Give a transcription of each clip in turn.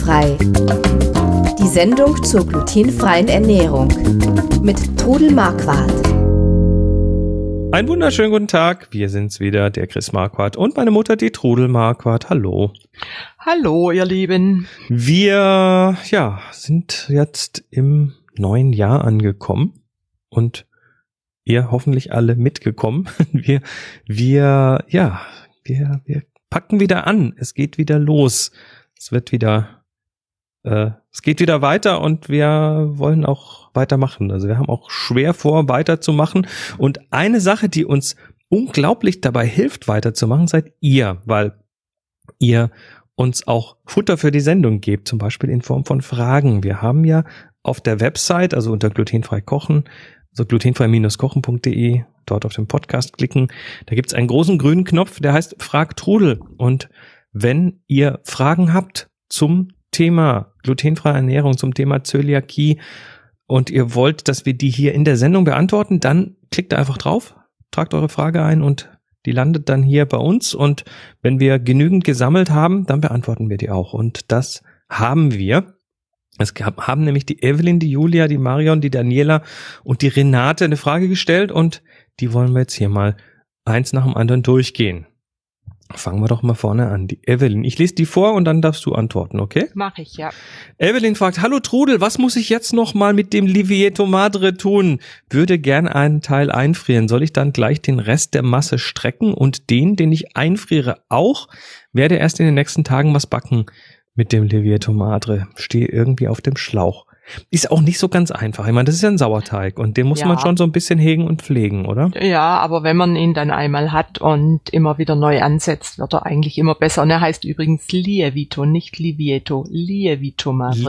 Glutenfrei. Die Sendung zur glutenfreien Ernährung mit Trudel Marquardt. Einen wunderschönen guten Tag, wir sind's wieder, der Chris Marquardt und meine Mutter, die Trudel Marquardt. Hallo. Hallo, ihr Lieben. Wir, sind jetzt im neuen Jahr angekommen und ihr hoffentlich alle mitgekommen. Wir packen wieder an. Es geht wieder los. Es geht wieder weiter und wir wollen auch weitermachen. Also wir haben auch schwer vor, weiterzumachen. Und eine Sache, die uns unglaublich dabei hilft, weiterzumachen, seid ihr, weil ihr uns auch Futter für die Sendung gebt, zum Beispiel in Form von Fragen. Wir haben ja auf der Website, also unter glutenfrei kochen, also glutenfrei-kochen.de, dort auf den Podcast klicken. Da gibt's einen großen grünen Knopf, der heißt Frag Trudel. Und wenn ihr Fragen habt zum Thema glutenfreie Ernährung, zum Thema Zöliakie und ihr wollt, dass wir die hier in der Sendung beantworten, dann klickt da einfach drauf, tragt eure Frage ein und die landet dann hier bei uns. Und wenn wir genügend gesammelt haben, dann beantworten wir die auch. Und das haben wir. Es haben nämlich die Evelyn, die Julia, die Marion, die Daniela und die Renate eine Frage gestellt und die wollen wir jetzt hier mal eins nach dem anderen durchgehen. Fangen wir doch mal vorne an. Die Evelyn. Ich lese die vor und dann darfst du antworten, okay? Mach ich, ja. Evelyn fragt, hallo Trudel, was muss ich jetzt noch mal mit dem Livieto Madre tun? Würde gern einen Teil einfrieren. Soll ich dann gleich den Rest der Masse strecken und den ich einfriere auch? Werde erst in den nächsten Tagen was backen mit dem Livieto Madre. Stehe irgendwie auf dem Schlauch. Ist auch nicht so ganz einfach. Ich meine, das ist ja ein Sauerteig und den muss man schon so ein bisschen hegen und pflegen, oder? Ja, aber wenn man ihn dann einmal hat und immer wieder neu ansetzt, wird er eigentlich immer besser. Und er heißt übrigens Lievito, nicht Livieto. Lievito Madre.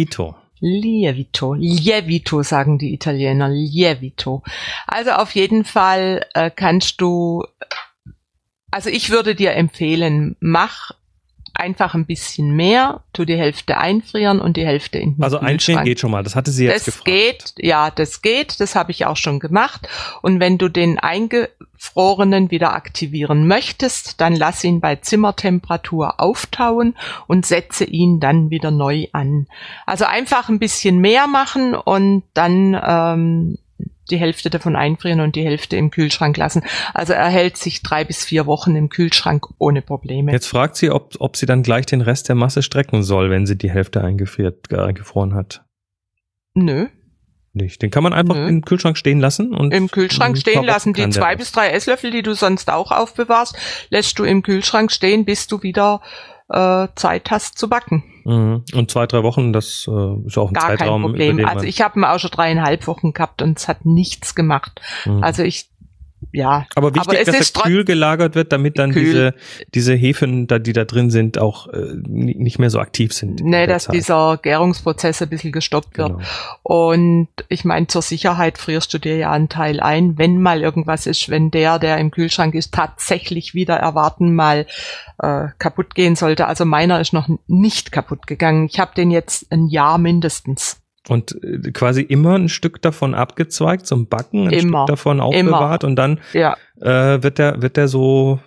Lievito sagen die Italiener. Lievito. Also auf jeden Fall kannst du, also ich würde dir empfehlen, mach einfach ein bisschen mehr, tu die Hälfte einfrieren und die Hälfte in den Also einfrieren geht schon mal, das hatte sie jetzt gefragt. Das geht, das habe ich auch schon gemacht. Und wenn du den eingefrorenen wieder aktivieren möchtest, dann lass ihn bei Zimmertemperatur auftauen und setze ihn dann wieder neu an. Also einfach ein bisschen mehr machen und dann die Hälfte davon einfrieren und die Hälfte im Kühlschrank lassen. Also er hält sich 3 bis 4 Wochen im Kühlschrank ohne Probleme. Jetzt fragt sie, ob sie dann gleich den Rest der Masse strecken soll, wenn sie die Hälfte eingefroren hat. Nö. Nicht. Den kann man einfach im Kühlschrank stehen lassen. Und im Kühlschrank stehen lassen. Die 2 bis 3 Esslöffel, die du sonst auch aufbewahrst, lässt du im Kühlschrank stehen, bis du wieder Zeit hast zu backen. Und 2-3 Wochen, das ist auch ein Gar Zeitraum. Kein Problem. Also ich habe ihn auch schon 3,5 Wochen gehabt und es hat nichts gemacht. Also Aber wichtig, dass er kühl gelagert wird, damit dann diese Hefen, die da drin sind, auch nicht mehr so aktiv sind. Nee, dass dieser Gärungsprozess ein bisschen gestoppt wird. Und ich meine, zur Sicherheit frierst du dir ja einen Teil ein, wenn mal irgendwas ist, wenn der im Kühlschrank ist, tatsächlich wieder erwarten mal kaputt gehen sollte. Also meiner ist noch nicht kaputt gegangen. Ich habe den jetzt ein Jahr mindestens. Und quasi immer ein Stück davon abgezweigt zum Backen, ein Stück davon aufbewahrt und dann wird der so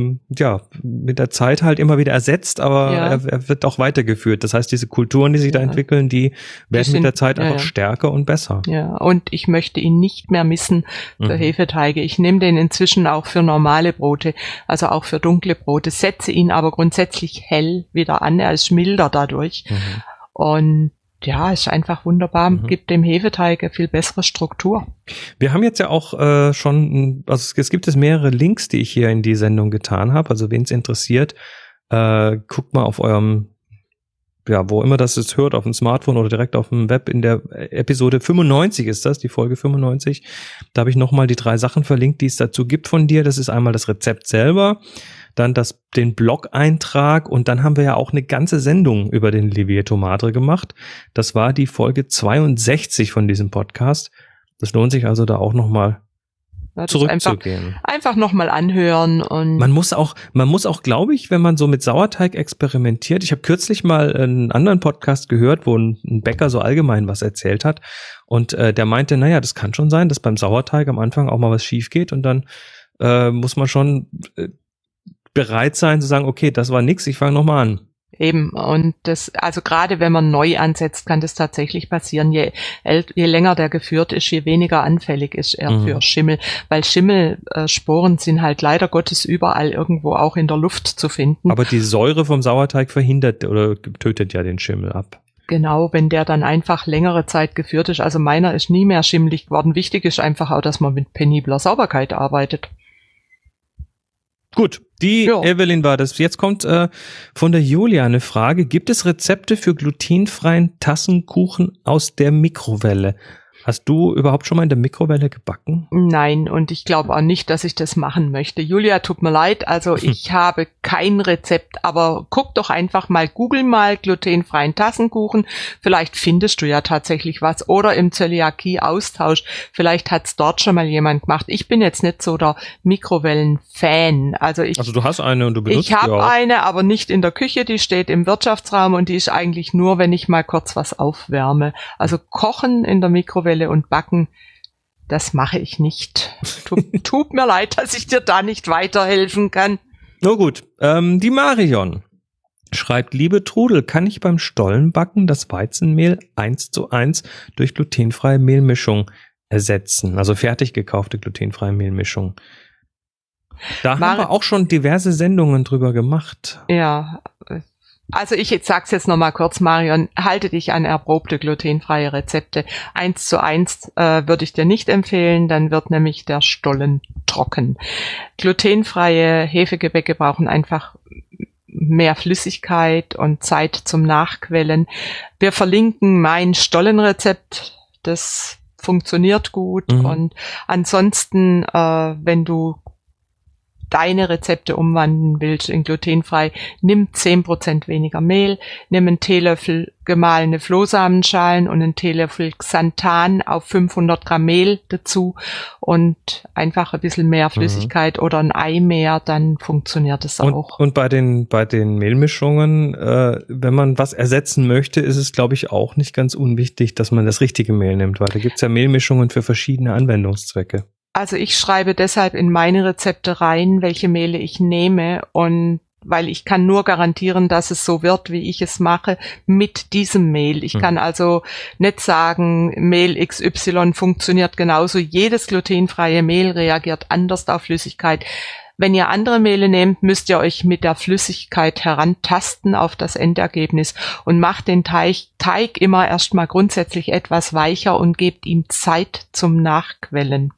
mit der Zeit halt immer wieder ersetzt, aber er wird auch weitergeführt. Das heißt, diese Kulturen, die sich da entwickeln, die werden mit der Zeit einfach stärker und besser. Ja, und ich möchte ihn nicht mehr missen für Hefeteige. Ich nehme den inzwischen auch für normale Brote, also auch für dunkle Brote, setze ihn aber grundsätzlich hell wieder an. Er ist milder dadurch und ja, ist einfach wunderbar, gibt dem Hefeteig eine viel bessere Struktur. Wir haben jetzt ja auch schon, also es gibt mehrere Links, die ich hier in die Sendung getan habe, also wen es interessiert, guckt mal auf eurem, wo immer das jetzt hört, auf dem Smartphone oder direkt auf dem Web, in der Episode 95 ist das, die Folge 95, da habe ich nochmal die 3 Sachen verlinkt, die es dazu gibt von dir. Das ist einmal das Rezept selber, dann den Blog-Eintrag und dann haben wir ja auch eine ganze Sendung über den Livieto Madre gemacht. Das war die Folge 62 von diesem Podcast. Das lohnt sich also da auch nochmal zurückzugehen. Einfach nochmal anhören und man muss auch, glaube ich, wenn man so mit Sauerteig experimentiert. Ich habe kürzlich mal einen anderen Podcast gehört, wo ein Bäcker so allgemein was erzählt hat und der meinte, das kann schon sein, dass beim Sauerteig am Anfang auch mal was schief geht und dann muss man schon bereit sein zu sagen, okay, das war nix, ich fange nochmal an. Eben, und das, also gerade wenn man neu ansetzt, kann das tatsächlich passieren. Je länger der geführt ist, je weniger anfällig ist er für Schimmel, weil Schimmelsporen sind halt leider Gottes überall irgendwo auch in der Luft zu finden. Aber die Säure vom Sauerteig verhindert oder tötet ja den Schimmel ab. Genau, wenn der dann einfach längere Zeit geführt ist. Also meiner ist nie mehr schimmelig geworden. Wichtig ist einfach auch, dass man mit penibler Sauberkeit arbeitet. Gut, die Evelyn war das. Jetzt kommt von der Julia eine Frage. Gibt es Rezepte für glutenfreien Tassenkuchen aus der Mikrowelle? Hast du überhaupt schon mal in der Mikrowelle gebacken? Nein, und ich glaube auch nicht, dass ich das machen möchte. Julia, tut mir leid, also ich habe kein Rezept, aber guck doch einfach mal, google mal glutenfreien Tassenkuchen. Vielleicht findest du ja tatsächlich was. Oder im Zöliakie-Austausch. Vielleicht hat's dort schon mal jemand gemacht. Ich bin jetzt nicht so der Mikrowellen-Fan. Also du hast eine und du benutzt die auch. Ich habe eine, aber nicht in der Küche. Die steht im Wirtschaftsraum und die ist eigentlich nur, wenn ich mal kurz was aufwärme. Also kochen in der Mikrowelle und backen, das mache ich nicht. Tut mir leid, dass ich dir da nicht weiterhelfen kann. Na gut, die Marion schreibt, liebe Trudel, kann ich beim Stollenbacken das Weizenmehl 1:1 durch glutenfreie Mehlmischung ersetzen? Also fertig gekaufte glutenfreie Mehlmischung. Da haben wir auch schon diverse Sendungen drüber gemacht. Ja, also ich sag's jetzt nochmal kurz, Marion, halte dich an erprobte glutenfreie Rezepte. 1:1 würde ich dir nicht empfehlen, dann wird nämlich der Stollen trocken. Glutenfreie Hefegebäcke brauchen einfach mehr Flüssigkeit und Zeit zum Nachquellen. Wir verlinken mein Stollenrezept, das funktioniert gut. Und ansonsten, wenn du deine Rezepte umwandeln willst in glutenfrei, nimm 10% weniger Mehl, nimm einen Teelöffel gemahlene Flohsamenschalen und einen Teelöffel Xanthan auf 500 Gramm Mehl dazu und einfach ein bisschen mehr Flüssigkeit oder ein Ei mehr, dann funktioniert es auch. Und bei den Mehlmischungen, wenn man was ersetzen möchte, ist es, glaube ich, auch nicht ganz unwichtig, dass man das richtige Mehl nimmt, weil da gibt's ja Mehlmischungen für verschiedene Anwendungszwecke. Also ich schreibe deshalb in meine Rezepte rein, welche Mehle ich nehme, und weil ich kann nur garantieren, dass es so wird, wie ich es mache, mit diesem Mehl. Ich kann also nicht sagen, Mehl XY funktioniert genauso. Jedes glutenfreie Mehl reagiert anders auf Flüssigkeit. Wenn ihr andere Mehle nehmt, müsst ihr euch mit der Flüssigkeit herantasten auf das Endergebnis und macht den Teig immer erstmal grundsätzlich etwas weicher und gebt ihm Zeit zum Nachquellen.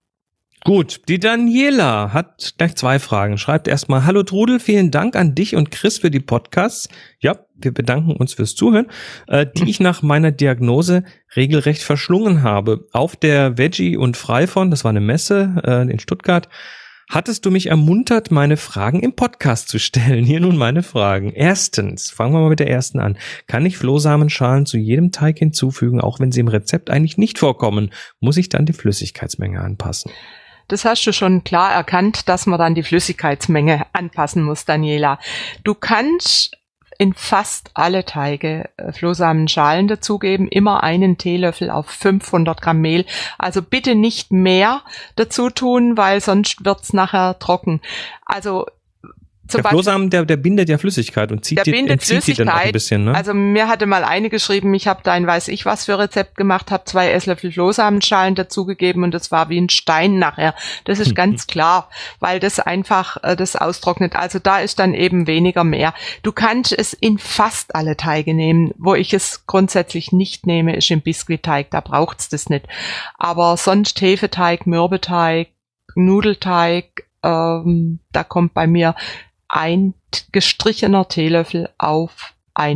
Gut, die Daniela hat gleich 2 Fragen. Schreibt erstmal, hallo Trudel, vielen Dank an dich und Chris für die Podcasts. Ja, wir bedanken uns fürs Zuhören, die ich nach meiner Diagnose regelrecht verschlungen habe. Auf der Veggie und Freifon, das war eine Messe in Stuttgart, hattest du mich ermuntert, meine Fragen im Podcast zu stellen. Hier nun meine Fragen. Erstens, fangen wir mal mit der ersten an. Kann ich Flohsamenschalen zu jedem Teig hinzufügen, auch wenn sie im Rezept eigentlich nicht vorkommen? Muss ich dann die Flüssigkeitsmenge anpassen? Das hast du schon klar erkannt, dass man dann die Flüssigkeitsmenge anpassen muss, Daniela. Du kannst in fast alle Teige Flohsamenschalen dazugeben, immer einen Teelöffel auf 500 Gramm Mehl. Also bitte nicht mehr dazu tun, weil sonst wird's nachher trocken. Also der Flohsamen, der bindet ja Flüssigkeit und entzieht die dann auch ein bisschen, ne? Also mir hatte mal eine geschrieben, ich habe da ein weiß ich was für Rezept gemacht, habe 2 Esslöffel Flohsamenschalen dazugegeben und das war wie ein Stein nachher. Das ist ganz klar, weil das einfach das austrocknet. Also da ist dann eben weniger mehr. Du kannst es in fast alle Teige nehmen. Wo ich es grundsätzlich nicht nehme, ist im Biskuitteig, da braucht's das nicht. Aber sonst Hefeteig, Mürbeteig, Nudelteig, da kommt bei mir ein gestrichener Teelöffel auf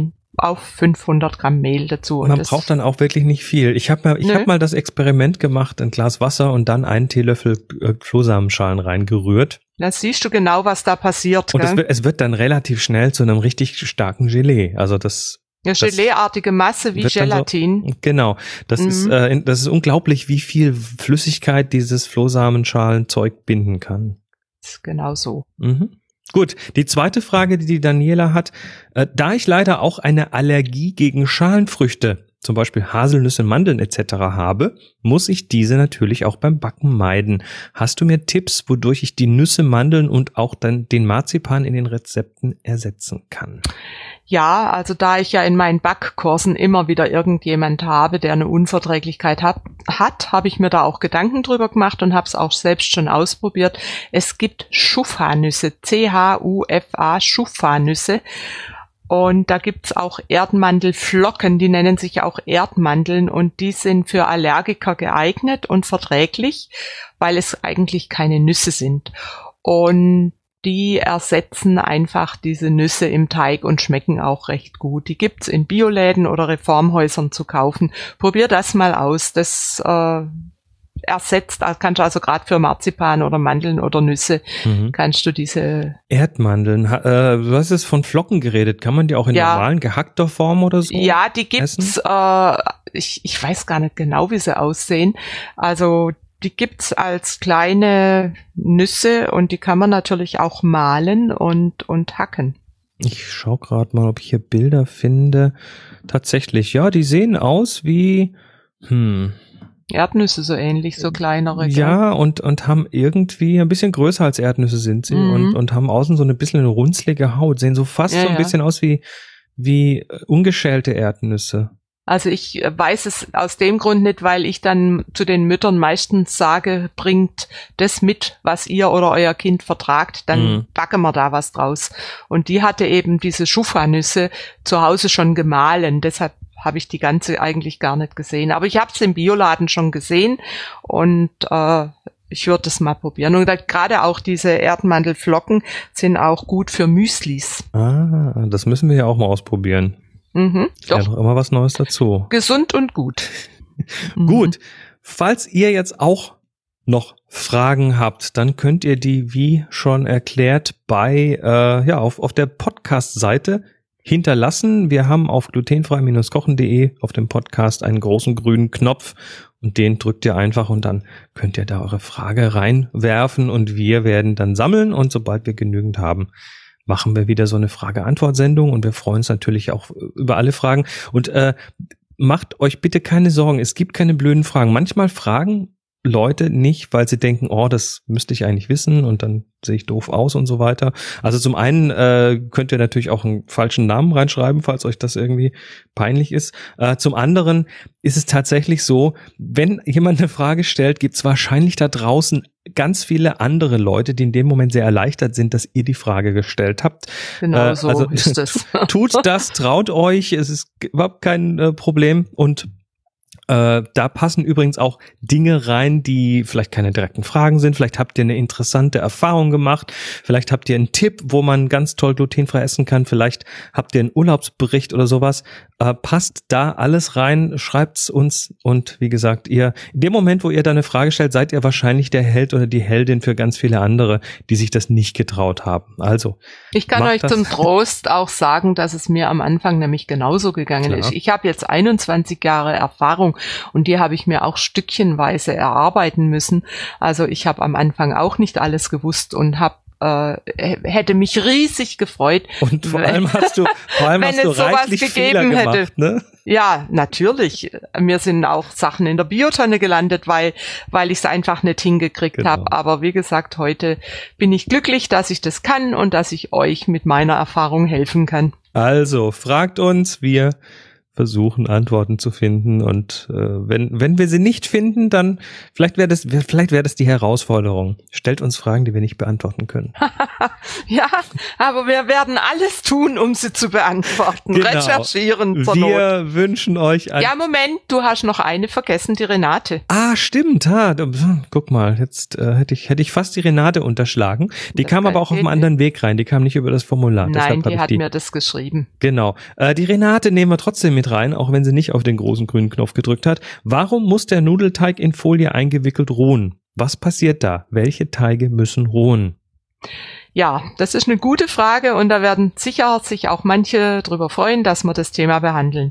500 Gramm Mehl dazu. Und man braucht dann auch wirklich nicht viel. Ich hab mal das Experiment gemacht, ein Glas Wasser und dann einen Teelöffel Flohsamenschalen reingerührt. Da siehst du genau, was da passiert. Und es wird dann relativ schnell zu einem richtig starken Gelee. Also eine Geleeartige Masse wie Gelatin. So, genau. Das ist unglaublich, wie viel Flüssigkeit dieses Flohsamenschalenzeug binden kann. Das ist genau so. Gut, die zweite Frage, die Daniela hat, da ich leider auch eine Allergie gegen Schalenfrüchte, zum Beispiel Haselnüsse, Mandeln etc. habe, muss ich diese natürlich auch beim Backen meiden. Hast du mir Tipps, wodurch ich die Nüsse, Mandeln und auch dann den Marzipan in den Rezepten ersetzen kann? Ja, also da ich ja in meinen Backkursen immer wieder irgendjemand habe, der eine Unverträglichkeit hat, habe ich mir da auch Gedanken drüber gemacht und habe es auch selbst schon ausprobiert. Es gibt Schufa-Nüsse, C-H-U-F-A, Schufa-Nüsse. Und da gibt's auch Erdmandelflocken, die nennen sich auch Erdmandeln und die sind für Allergiker geeignet und verträglich, weil es eigentlich keine Nüsse sind. Und die ersetzen einfach diese Nüsse im Teig und schmecken auch recht gut. Die gibt's in Bioläden oder Reformhäusern zu kaufen. Probier das mal aus. Das ersetzt, kannst du also gerade für Marzipan oder Mandeln oder Nüsse, kannst du diese... Erdmandeln, du hast jetzt von Flocken geredet. Kann man die auch in normalen gehackter Form oder so? Ja, die gibt's, ich weiß gar nicht genau, wie sie aussehen. Also die gibt's als kleine Nüsse und die kann man natürlich auch mahlen und hacken. Ich schau gerade mal, ob ich hier Bilder finde. Tatsächlich, ja, die sehen aus wie Erdnüsse so ähnlich, so kleinere. Ja, und haben irgendwie ein bisschen größer als Erdnüsse sind sie und haben außen so ein bisschen eine runzlige Haut, sehen so fast so ein bisschen aus wie ungeschälte Erdnüsse. Also ich weiß es aus dem Grund nicht, weil ich dann zu den Müttern meistens sage, bringt das mit, was ihr oder euer Kind vertragt, dann backen wir da was draus. Und die hatte eben diese Schufa-Nüsse zu Hause schon gemahlen, deshalb habe ich die ganze eigentlich gar nicht gesehen. Aber ich habe es im Bioladen schon gesehen und ich würde es mal probieren. Und gerade auch diese Erdmandelflocken sind auch gut für Müslis. Ah, das müssen wir ja auch mal ausprobieren. Ja, noch immer was Neues dazu. Gesund und gut. Gut. Falls ihr jetzt auch noch Fragen habt, dann könnt ihr die, wie schon erklärt, bei auf der Podcast-Seite hinterlassen. Wir haben auf glutenfrei-kochen.de auf dem Podcast einen großen grünen Knopf und den drückt ihr einfach und dann könnt ihr da eure Frage reinwerfen und wir werden dann sammeln und sobald wir genügend haben, machen wir wieder so eine Frage-Antwort-Sendung und wir freuen uns natürlich auch über alle Fragen. Und macht euch bitte keine Sorgen, es gibt keine blöden Fragen. Manchmal fragen Leute nicht, weil sie denken, oh, das müsste ich eigentlich wissen und dann sehe ich doof aus und so weiter. Also zum einen könnt ihr natürlich auch einen falschen Namen reinschreiben, falls euch das irgendwie peinlich ist. Zum anderen ist es tatsächlich so, wenn jemand eine Frage stellt, gibt es wahrscheinlich da draußen ganz viele andere Leute, die in dem Moment sehr erleichtert sind, dass ihr die Frage gestellt habt. Genau so also, ist es. Tut das, traut euch, es ist überhaupt kein Problem und da passen übrigens auch Dinge rein, die vielleicht keine direkten Fragen sind. Vielleicht habt ihr eine interessante Erfahrung gemacht. Vielleicht habt ihr einen Tipp, wo man ganz toll glutenfrei essen kann. Vielleicht habt ihr einen Urlaubsbericht oder sowas. Passt da alles rein, schreibt's uns. Und wie gesagt, in dem Moment, wo ihr da eine Frage stellt, seid ihr wahrscheinlich der Held oder die Heldin für ganz viele andere, die sich das nicht getraut haben. Also ich kann euch zum Trost auch sagen, dass es mir am Anfang nämlich genauso gegangen ist. Ich habe jetzt 21 Jahre Erfahrung und die habe ich mir auch stückchenweise erarbeiten müssen. Also ich habe am Anfang auch nicht alles gewusst und hätte mich riesig gefreut. Und vor allem hast du reichlich Fehler gemacht, ne? Ja, natürlich. Mir sind auch Sachen in der Biotonne gelandet, weil ich es einfach nicht hingekriegt habe. Aber wie gesagt, heute bin ich glücklich, dass ich das kann und dass ich euch mit meiner Erfahrung helfen kann. Also, fragt uns, wir versuchen Antworten zu finden und wenn wir sie nicht finden, dann vielleicht wäre das die Herausforderung. Stellt uns Fragen, die wir nicht beantworten können. Ja, aber wir werden alles tun, um sie zu beantworten. Genau. Recherchieren zur Wir Not. wünschen euch Ja, Moment, du hast noch eine vergessen, die Renate. Ah, stimmt. Guck mal, jetzt hätte ich fast die Renate unterschlagen. Die Das kam aber auch auf einem anderen Weg rein. Die kam nicht über das Formular. Nein, die hat mir das geschrieben. Genau. Die Renate nehmen wir trotzdem mit rein, auch wenn sie nicht auf den großen grünen Knopf gedrückt hat. Warum muss der Nudelteig in Folie eingewickelt ruhen? Was passiert da? Welche Teige müssen ruhen? Ja, das ist eine gute Frage und da werden sicher sich auch manche drüber freuen, dass wir das Thema behandeln.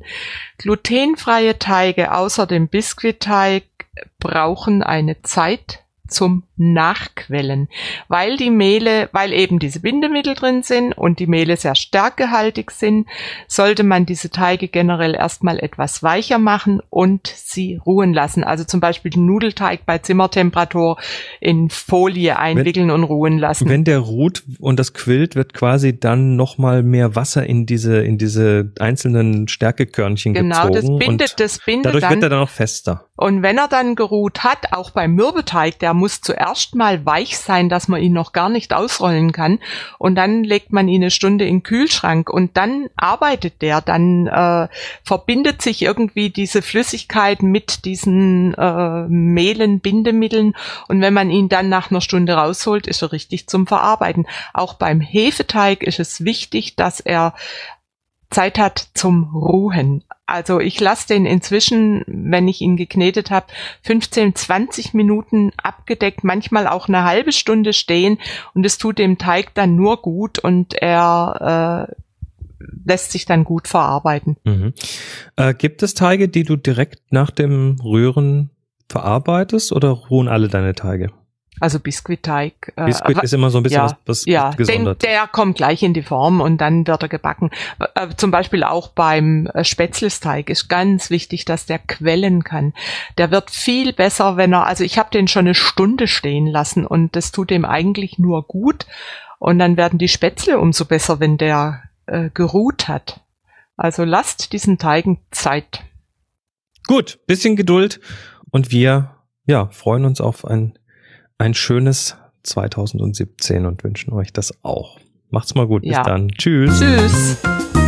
Glutenfreie Teige außer dem Biskuitteig brauchen eine Zeit zum nachquellen, weil eben diese Bindemittel drin sind und die Mehle sehr stärkehaltig sind, sollte man diese Teige generell erstmal etwas weicher machen und sie ruhen lassen. Also zum Beispiel den Nudelteig bei Zimmertemperatur in Folie einwickeln und ruhen lassen. Wenn der ruht und das quillt, wird quasi dann nochmal mehr Wasser in diese einzelnen Stärkekörnchen gezogen. Genau, das bindet dadurch dann. Wird er dann auch fester. Und wenn er dann geruht hat, auch beim Mürbeteig, der muss zuerst mal weich sein, dass man ihn noch gar nicht ausrollen kann. Und dann legt man ihn eine Stunde in den Kühlschrank und dann arbeitet der. Dann verbindet sich irgendwie diese Flüssigkeit mit diesen Mehlen, Bindemitteln. Und wenn man ihn dann nach einer Stunde rausholt, ist er richtig zum Verarbeiten. Auch beim Hefeteig ist es wichtig, dass er Zeit hat zum Ruhen. Also ich lasse den inzwischen, wenn ich ihn geknetet habe, 15, 20 Minuten abgedeckt, manchmal auch eine halbe Stunde stehen und es tut dem Teig dann nur gut und er lässt sich dann gut verarbeiten. Mhm. Gibt es Teige, die du direkt nach dem Rühren verarbeitest oder ruhen alle deine Teige? Also Biskuitteig. Biskuit ist immer so ein bisschen was Gesondertes. Der kommt gleich in die Form und dann wird er gebacken. Zum Beispiel auch beim Spätzlesteig ist ganz wichtig, dass der quellen kann. Der wird viel besser, also ich habe den schon eine Stunde stehen lassen und das tut dem eigentlich nur gut. Und dann werden die Spätzle umso besser, wenn der geruht hat. Also lasst diesen Teigen Zeit. Gut, bisschen Geduld und wir freuen uns auf ein schönes 2017 und wünschen euch das auch. Macht's mal gut. Bis dann. Tschüss. Tschüss.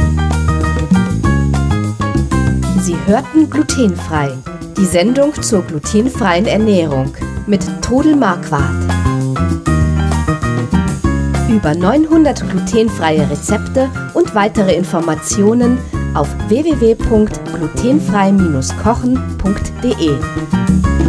Sie hörten Glutenfrei. Die Sendung zur glutenfreien Ernährung mit Todel Marquardt. Über 900 glutenfreie Rezepte und weitere Informationen auf www.glutenfrei-kochen.de.